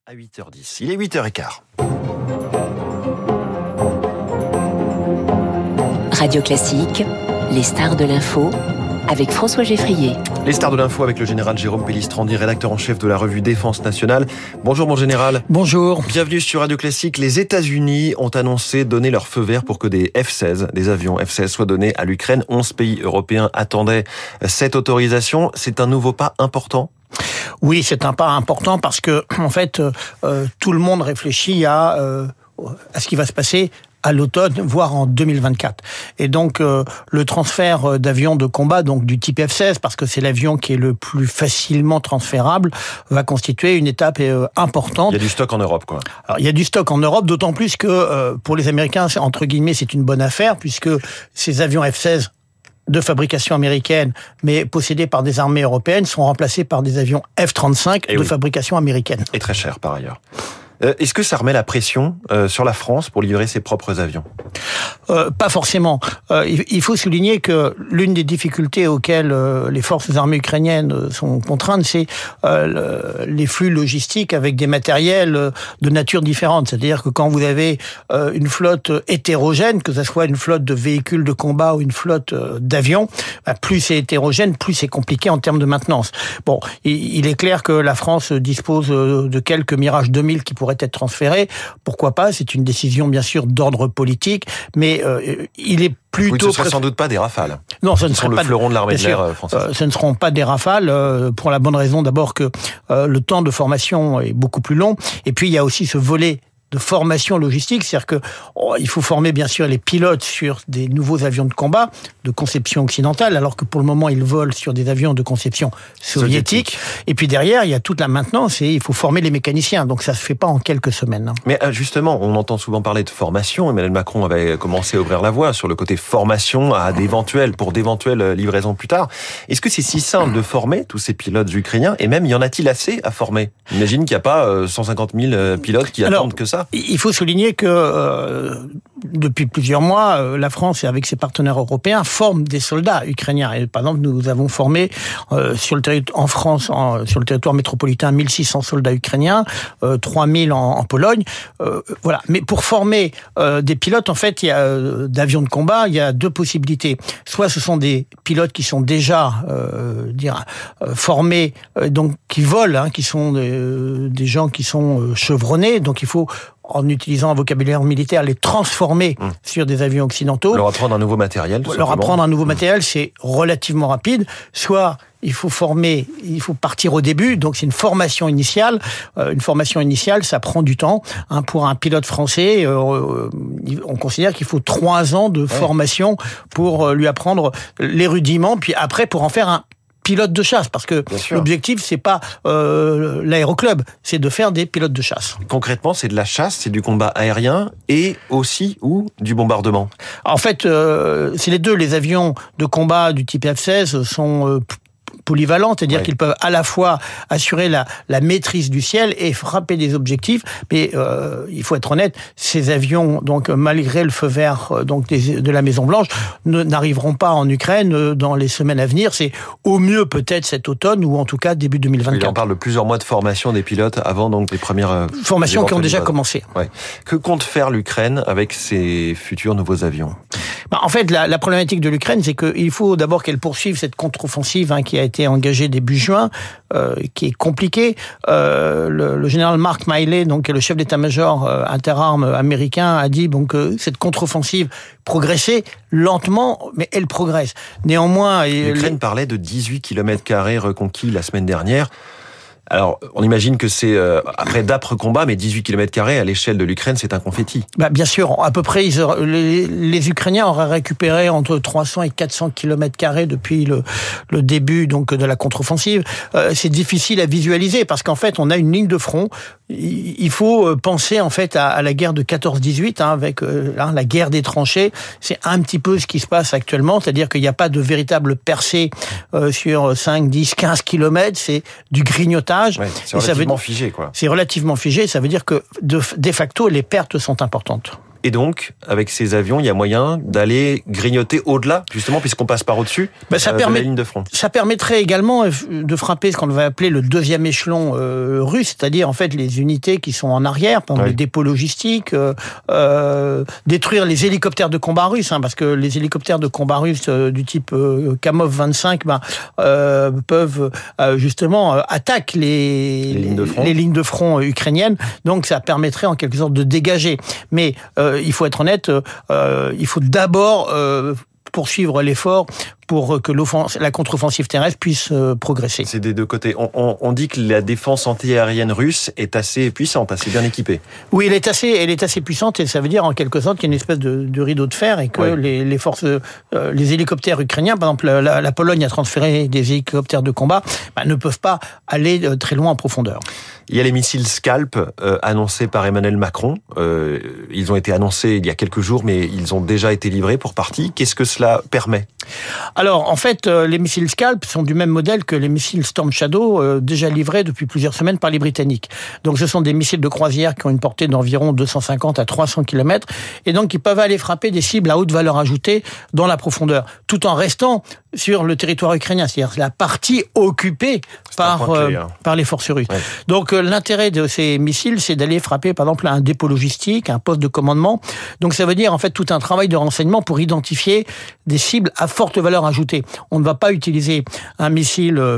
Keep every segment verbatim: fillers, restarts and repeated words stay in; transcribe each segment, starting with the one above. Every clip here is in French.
À huit heures dix, il est huit heures quinze. Radio Classique, les stars de l'info, avec François Geffrier. Les stars de l'info avec le général Jérôme Pellistrandi, rédacteur en chef de la revue Défense Nationale. Bonjour mon général. Bonjour. Bienvenue sur Radio Classique. Les États-Unis ont annoncé donner leur feu vert pour que des F seize, des avions F seize soient donnés à l'Ukraine. onze pays européens attendaient cette autorisation. C'est un nouveau pas important ? Oui, c'est un pas important parce que, en fait, euh, tout le monde réfléchit à, euh, à ce qui va se passer à l'automne, voire en deux mille vingt-quatre. Et donc, euh, le transfert d'avions de combat, donc du type F seize, parce que c'est l'avion qui est le plus facilement transférable, va constituer une étape euh, importante. Il y a du stock en Europe, quoi. Alors, il y a du stock en Europe, d'autant plus que, euh, pour les Américains, entre guillemets, c'est une bonne affaire, puisque ces avions F seize de fabrication américaine, mais possédés par des armées européennes, sont remplacés par des avions F trente-cinq Et de oui. fabrication américaine. Et très cher, par ailleurs. Euh, est-ce que ça remet la pression euh, sur la France pour livrer ses propres avions ? Euh, pas forcément. Euh, il faut souligner que l'une des difficultés auxquelles euh, les forces armées ukrainiennes sont contraintes, c'est euh, le, les flux logistiques avec des matériels euh, de nature différente. C'est-à-dire que quand vous avez euh, une flotte hétérogène, que ce soit une flotte de véhicules de combat ou une flotte euh, d'avions, bah, plus c'est hétérogène, plus c'est compliqué en termes de maintenance. Bon, il, il est clair que la France dispose de quelques Mirage deux mille qui pourraient être transférés. Pourquoi pas ? C'est une décision bien sûr d'ordre politique, mais euh, il est plutôt... Oui, ce ne serait sans doute pas des Rafales. Non, ce ne Ils serait sont pas le fleuron de l'armée de bien l'air sûr, française. Euh, ce ne seront pas des Rafales, euh, pour la bonne raison d'abord que euh, le temps de formation est beaucoup plus long, et puis il y a aussi ce volet de formation logistique, c'est-à-dire que oh, il faut former bien sûr les pilotes sur des nouveaux avions de combat de conception occidentale, alors que pour le moment ils volent sur des avions de conception soviétique. soviétique. Et puis derrière, il y a toute la maintenance et il faut former les mécaniciens. Donc ça se fait pas en quelques semaines. Mais justement, on entend souvent parler de formation. Emmanuel Macron avait commencé à ouvrir la voie sur le côté formation à d'éventuelles, pour d'éventuelles livraisons plus tard. Est-ce que c'est si simple de former tous ces pilotes ukrainiens ? Et même, y en a-t-il assez à former ? Imagine qu'il n'y a pas cent cinquante mille pilotes qui alors, attendent que ça. Il faut souligner que euh, depuis plusieurs mois, euh, la France, avec ses partenaires européens, forme des soldats ukrainiens. Et, par exemple, nous avons formé euh, sur le territoire en France, en, sur le territoire métropolitain, mille six cents soldats ukrainiens, euh, trois mille en, en Pologne. Euh, voilà. Mais pour former euh, des pilotes, en fait, il y a euh, d'avions de combat, il y a deux possibilités. Soit ce sont des pilotes qui sont déjà euh, dire euh, formés, euh, donc qui volent, hein, qui sont des, euh, des gens qui sont euh, chevronnés. Donc il faut, en utilisant un vocabulaire militaire, les transformer mmh. sur des avions occidentaux. Leur apprendre un nouveau matériel, tout Leur simplement. apprendre un nouveau matériel, c'est relativement rapide. Soit il faut former, il faut partir au début, donc c'est une formation initiale. Euh, une formation initiale, ça prend du temps. Hein, pour un pilote français, euh, on considère qu'il faut trois ans de ouais. formation pour lui apprendre les rudiments, puis après pour en faire un pilote de chasse, parce que l'objectif, c'est pas euh, l'aéroclub, c'est de faire des pilotes de chasse. Concrètement, c'est de la chasse, c'est du combat aérien et aussi ou du bombardement. En fait, euh, c'est les deux. Les avions de combat du type F seize sont euh, polyvalents, c'est-à-dire ouais. qu'ils peuvent à la fois assurer la, la maîtrise du ciel et frapper des objectifs. Mais euh, il faut être honnête, ces avions, donc malgré le feu vert donc des, de la Maison Blanche, ne, n'arriveront pas en Ukraine dans les semaines à venir. C'est au mieux peut-être cet automne ou en tout cas début deux mille vingt-quatre. Oui, on parle de plusieurs mois de formation des pilotes avant donc les premières formations qui ont déjà commencé. Ouais. Que compte faire l'Ukraine avec ses futurs nouveaux avions ? Bah, en fait, la, la problématique de l'Ukraine, c'est qu'il faut d'abord qu'elle poursuive cette contre-offensive hein, qui a été engagée début juin, euh, qui est compliquée. Euh, le, le général Mark Milley, donc le chef d'état-major euh, interarmes américain, a dit bon, que cette contre-offensive progressait lentement, mais elle progresse. Néanmoins, l'Ukraine les... parlait de dix-huit kilomètres carrés reconquis la semaine dernière. Alors, on imagine que c'est euh, après d'âpres combats, mais dix-huit kilomètres carrés à l'échelle de l'Ukraine, c'est un confetti. Bah, bien sûr, à peu près, ils auraient, les, les Ukrainiens auraient récupéré entre trois cents et quatre cents kilomètres carrés depuis le, le début donc de la contre-offensive. Euh, c'est difficile à visualiser parce qu'en fait, on a une ligne de front. Il faut penser en fait à, à la guerre de quatorze dix-huit, hein, avec euh, hein, la guerre des tranchées. C'est un petit peu ce qui se passe actuellement, c'est-à-dire qu'il n'y a pas de véritable percée euh, sur cinq, dix, quinze kilomètres. C'est du grignotage. Ouais, c'est relativement veut, figé, quoi. C'est relativement figé. Ça veut dire que de, de facto, les pertes sont importantes. Et donc, avec ces avions, il y a moyen d'aller grignoter au-delà, justement, puisqu'on passe par au-dessus ben, ça euh, permet, de la ligne de front. Ça permettrait également de frapper ce qu'on va appeler le deuxième échelon euh, russe, c'est-à-dire en fait les unités qui sont en arrière, par exemple oui. les dépôts logistiques, euh, euh, détruire les hélicoptères de combat russes, hein, parce que les hélicoptères de combat russes euh, du type euh, Kamov vingt-cinq ben, euh, peuvent euh, justement euh, attaquer les, les, lignes de front. les lignes de front ukrainiennes, donc ça permettrait en quelque sorte de dégager. Mais euh, il faut être honnête, euh, il faut d'abord euh, poursuivre l'effort pour que la contre-offensive terrestre puisse euh, progresser. C'est des deux côtés. On, on, on dit que la défense anti-aérienne russe est assez puissante, assez bien équipée. Oui, elle est assez, elle est assez puissante et ça veut dire en quelque sorte qu'il y a une espèce de, de rideau de fer et que oui. les, les forces, euh, les hélicoptères ukrainiens, par exemple la, la Pologne a transféré des hélicoptères de combat, bah, ne peuvent pas aller très loin en profondeur. Il y a les missiles Scalp euh, annoncés par Emmanuel Macron. Euh, ils ont été annoncés il y a quelques jours, mais ils ont déjà été livrés pour partie. Qu'est-ce que cela permet ? Alors, en fait, euh, les missiles Scalp sont du même modèle que les missiles Storm Shadow, euh, déjà livrés depuis plusieurs semaines par les Britanniques. Donc, ce sont des missiles de croisière qui ont une portée d'environ deux cent cinquante à trois cents kilomètres, et donc ils peuvent aller frapper des cibles à haute valeur ajoutée dans la profondeur, tout en restant sur le territoire ukrainien, c'est-à-dire la partie occupée par, euh, clé, hein. par les forces russes. Ouais. Donc, euh, l'intérêt de ces missiles, c'est d'aller frapper, par exemple, un dépôt logistique, un poste de commandement. Donc, ça veut dire, en fait, tout un travail de renseignement pour identifier des cibles à forte valeur ajoutée. On ne va pas utiliser un missile euh,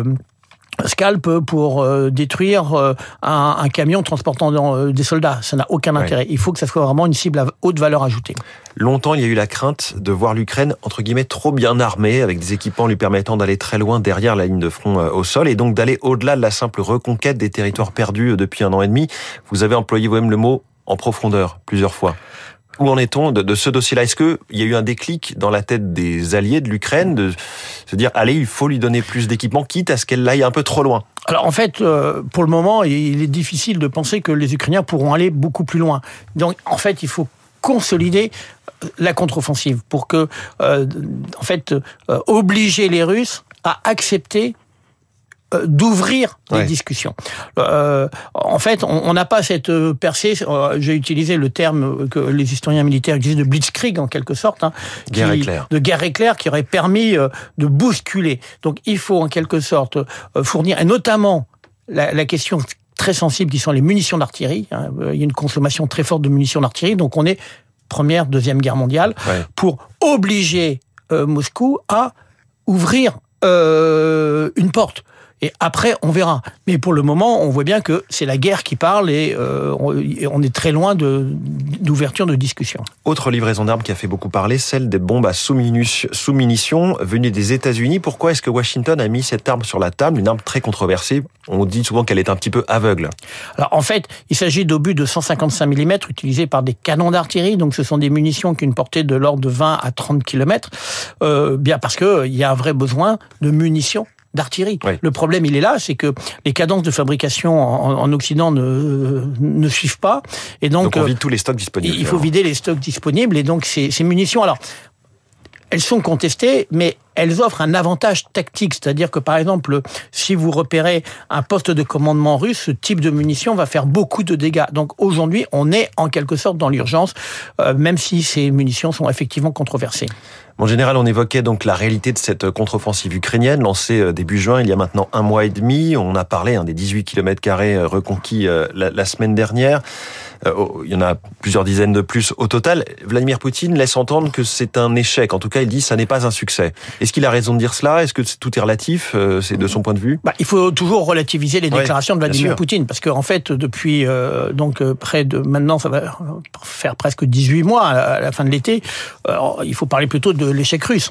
Scalp pour euh, détruire euh, un, un camion transportant euh, des soldats. Ça n'a aucun intérêt. Ouais. Il faut que ça soit vraiment une cible à haute valeur ajoutée. Longtemps, il y a eu la crainte de voir l'Ukraine, entre guillemets, trop bien armée, avec des équipements lui permettant d'aller très loin derrière la ligne de front euh, au sol, et donc d'aller au-delà de la simple reconquête des territoires perdus euh, depuis un an et demi. Vous avez employé vous-même le mot « en profondeur » plusieurs fois. Où en est-on de, de ce dossier-là ? Est-ce qu'il y a eu un déclic dans la tête des alliés de l'Ukraine de se dire, allez, il faut lui donner plus d'équipements, quitte à ce qu'elle aille un peu trop loin ? Alors en fait, euh, pour le moment, il est difficile de penser que les Ukrainiens pourront aller beaucoup plus loin. Donc en fait, il faut consolider la contre-offensive pour que, euh, en fait, euh, obliger les Russes à accepter d'ouvrir des ouais. discussions. Euh, en fait, on n'a pas cette percée, euh, j'ai utilisé le terme que les historiens militaires utilisent de blitzkrieg en quelque sorte, hein, guerre qui, éclair. de guerre éclair qui aurait permis euh, de bousculer. Donc il faut en quelque sorte euh, fournir, et notamment la, la question très sensible qui sont les munitions d'artillerie. Hein, il y a une consommation très forte de munitions d'artillerie, donc on est première, deuxième guerre mondiale, ouais. pour obliger euh, Moscou à ouvrir euh, une porte. Et après, on verra. Mais pour le moment, on voit bien que c'est la guerre qui parle et euh, on est très loin de, d'ouverture de discussion. Autre livraison d'armes qui a fait beaucoup parler, celle des bombes à sous-munitions venues des États-Unis. Pourquoi est-ce que Washington a mis cette arme sur la table, une arme très controversée ? On dit souvent qu'elle est un petit peu aveugle. Alors en fait, il s'agit d'obus de cent cinquante-cinq millimètres utilisés par des canons d'artillerie. Donc ce sont des munitions qui ont une portée de l'ordre de vingt à trente kilomètres. Euh, bien parce que il y a un vrai besoin de munitions d'artillerie. Oui. Le problème, il est là, c'est que les cadences de fabrication en, en Occident ne, ne suivent pas. Et donc, donc on vide tous les stocks disponibles. Il faut alors. vider les stocks disponibles. Et donc, ces, ces munitions, alors, elles sont contestées, mais elles offrent un avantage tactique. C'est-à-dire que, par exemple, si vous repérez un poste de commandement russe, ce type de munition va faire beaucoup de dégâts. Donc, aujourd'hui, on est en quelque sorte dans l'urgence, euh, même si ces munitions sont effectivement controversées. Mon général, on évoquait donc la réalité de cette contre-offensive ukrainienne lancée début juin, il y a maintenant un mois et demi. On a parlé hein, des dix-huit kilomètres carrés reconquis euh, la, la semaine dernière. Euh, il y en a plusieurs dizaines de plus au total. Vladimir Poutine laisse entendre que c'est un échec. En tout cas, il dit que ça n'est pas un succès. Est-ce qu'il a raison de dire cela ? Est-ce que tout est relatif ? euh, C'est de son point de vue ? Bah, il faut toujours relativiser les déclarations ouais, de Vladimir Poutine, parce qu'en fait, depuis euh, donc près de maintenant, ça va faire presque dix-huit mois à la fin de l'été. Euh, il faut parler plutôt de l'échec russe.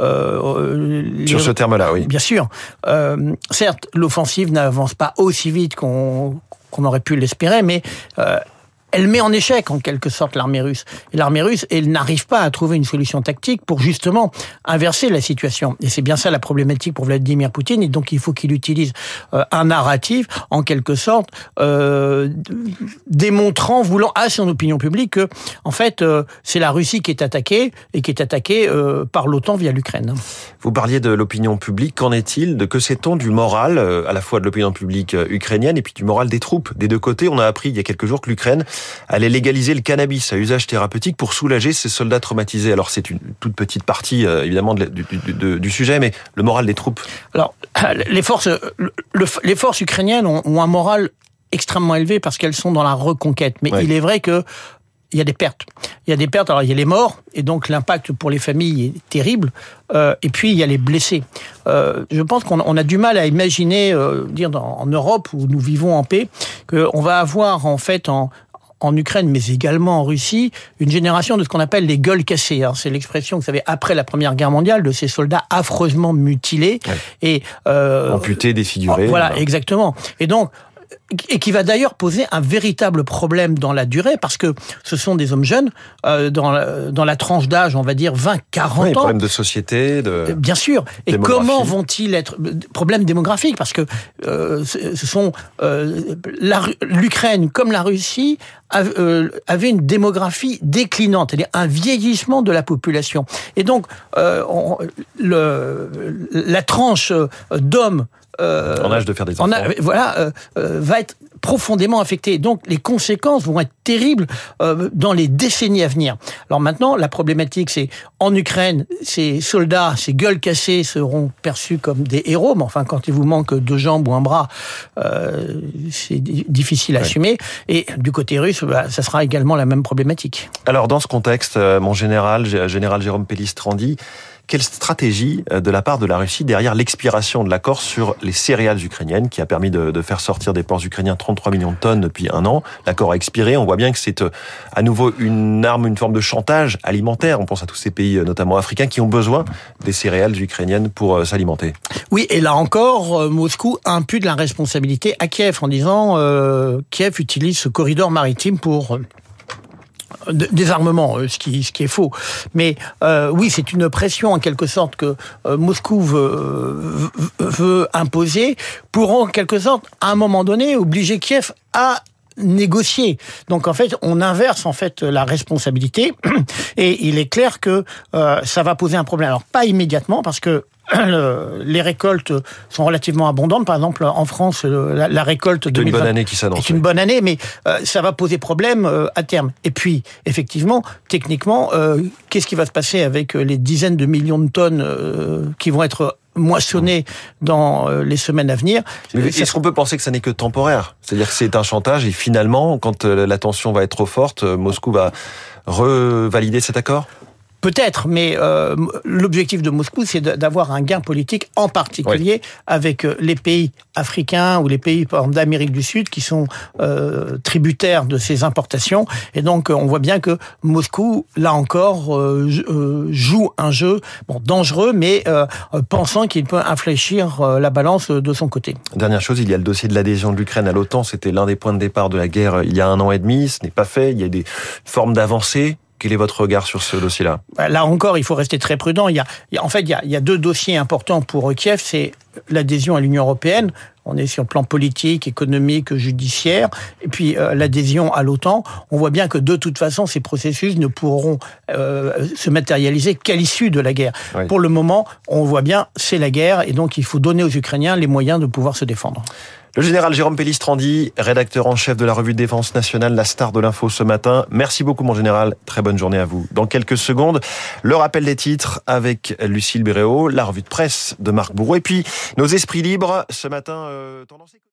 Euh, Sur les... ce terme-là, oui. Bien sûr. Euh, certes, l'offensive n'avance pas aussi vite qu'on qu'on aurait pu l'espérer, mais euh, elle met en échec, en quelque sorte, l'armée russe. Et l'armée russe, elle n'arrive pas à trouver une solution tactique pour, justement, inverser la situation. Et c'est bien ça la problématique pour Vladimir Poutine. Et donc, il faut qu'il utilise euh, un narratif, en quelque sorte, euh, démontrant, voulant à son opinion publique que, en fait, euh, c'est la Russie qui est attaquée, et qui est attaquée euh, par l'OTAN via l'Ukraine. Vous parliez de l'opinion publique. Qu'en est-il de que sait-on du moral, euh, à la fois de l'opinion publique ukrainienne, et puis du moral des troupes des deux côtés ? On a appris il y a quelques jours que l'Ukraine allait légaliser le cannabis à usage thérapeutique pour soulager ces soldats traumatisés. Alors c'est une toute petite partie euh, évidemment de, du, du, du sujet, mais le moral des troupes. Alors les forces, le, les forces ukrainiennes ont, ont un moral extrêmement élevé parce qu'elles sont dans la reconquête. Mais ouais. il est vrai que il y a des pertes. Il y a des pertes, alors il y a les morts, et donc l'impact pour les familles est terrible, euh, et puis il y a les blessés. Euh, je pense qu'on on a du mal à imaginer, euh, dire dans, en Europe, où nous vivons en paix, qu'on va avoir en fait en, en Ukraine, mais également en Russie, une génération de ce qu'on appelle les gueules cassées. Alors, c'est l'expression, vous savez, après la Première Guerre mondiale, de ces soldats affreusement mutilés. Ouais. Et, euh, amputés, défigurés. Voilà, voilà, exactement. Et donc, et qui va d'ailleurs poser un véritable problème dans la durée, parce que ce sont des hommes jeunes, euh, dans, la, dans la tranche d'âge, on va dire vingt quarante oui, ans. Problème de société, de Bien sûr. Et comment vont-ils être... Problème démographique, parce que euh, ce sont... Euh, la, l'Ukraine, comme la Russie, euh, avait une démographie déclinante, c'est-à-dire un vieillissement de la population. Et donc, euh, on, le, la tranche d'hommes Euh, en âge de faire des enfants. A, voilà, euh, euh, va être profondément affecté. Donc, les conséquences vont être terribles euh, dans les décennies à venir. Alors maintenant, la problématique, c'est en Ukraine, ces soldats, ces gueules cassées seront perçus comme des héros. Mais enfin, quand il vous manque deux jambes ou un bras, euh, c'est difficile à ouais. assumer. Et du côté russe, bah, ça sera également la même problématique. Alors, dans ce contexte, mon général, général Jérôme Pellistrandi, quelle stratégie de la part de la Russie derrière l'expiration de l'accord sur les céréales ukrainiennes qui a permis de, de faire sortir des ports ukrainiens trente-trois millions de tonnes depuis un an? L'accord a expiré. On voit bien que c'est à nouveau une arme, une forme de chantage alimentaire. On pense à tous ces pays, notamment africains, qui ont besoin des céréales ukrainiennes pour s'alimenter. Oui, et là encore, Moscou impute la responsabilité à Kiev en disant euh, Kiev utilise ce corridor maritime pour désarmement, ce qui, ce qui est faux. Mais euh, oui, c'est une pression en quelque sorte que euh, Moscou veut, veut imposer pour en quelque sorte, à un moment donné, obliger Kiev à négocier. Donc en fait, on inverse en fait la responsabilité et il est clair que euh, ça va poser un problème. Alors pas immédiatement parce que Le, les récoltes sont relativement abondantes. Par exemple, en France, la, la récolte de une bonne année qui s'annonce. C'est une bonne année, mais euh, ça va poser problème euh, à terme. Et puis, effectivement, techniquement, euh, qu'est-ce qui va se passer avec les dizaines de millions de tonnes euh, qui vont être moissonnées dans euh, les semaines à venir? Mais est-ce qu'on peut penser que ça n'est que temporaire? C'est-à-dire que c'est un chantage et finalement, quand euh, la tension va être trop forte, euh, Moscou va revalider cet accord? Peut-être, mais euh, l'objectif de Moscou, c'est d'avoir un gain politique, en particulier oui. avec les pays africains ou les pays, par exemple, d'Amérique du Sud, qui sont euh, tributaires de ces importations. Et donc, on voit bien que Moscou, là encore, euh, joue un jeu bon, dangereux, mais euh, pensant qu'il peut infléchir la balance de son côté. Dernière chose, il y a le dossier de l'adhésion de l'Ukraine à l'OTAN. C'était l'un des points de départ de la guerre il y a un an et demi. Ce n'est pas fait. Il y a des formes d'avancée. Quel est votre regard sur ce dossier-là? Là encore, il faut rester très prudent. Il y a, il y a, en fait, il y, a, il y a deux dossiers importants pour Kiev. C'est l'adhésion à l'Union européenne. On est sur le plan politique, économique, judiciaire. Et puis euh, l'adhésion à l'OTAN. On voit bien que de toute façon, ces processus ne pourront euh, se matérialiser qu'à l'issue de la guerre. Oui. Pour le moment, on voit bien, c'est la guerre. Et donc, il faut donner aux Ukrainiens les moyens de pouvoir se défendre. Le général Jérôme Pellistrandi, rédacteur en chef de la revue de défense nationale, la star de l'info ce matin. Merci beaucoup, mon général. Très bonne journée à vous. Dans quelques secondes, le rappel des titres avec Lucille Béréau, la revue de presse de Marc Bourreau et puis nos esprits libres ce matin. Euh, tendance...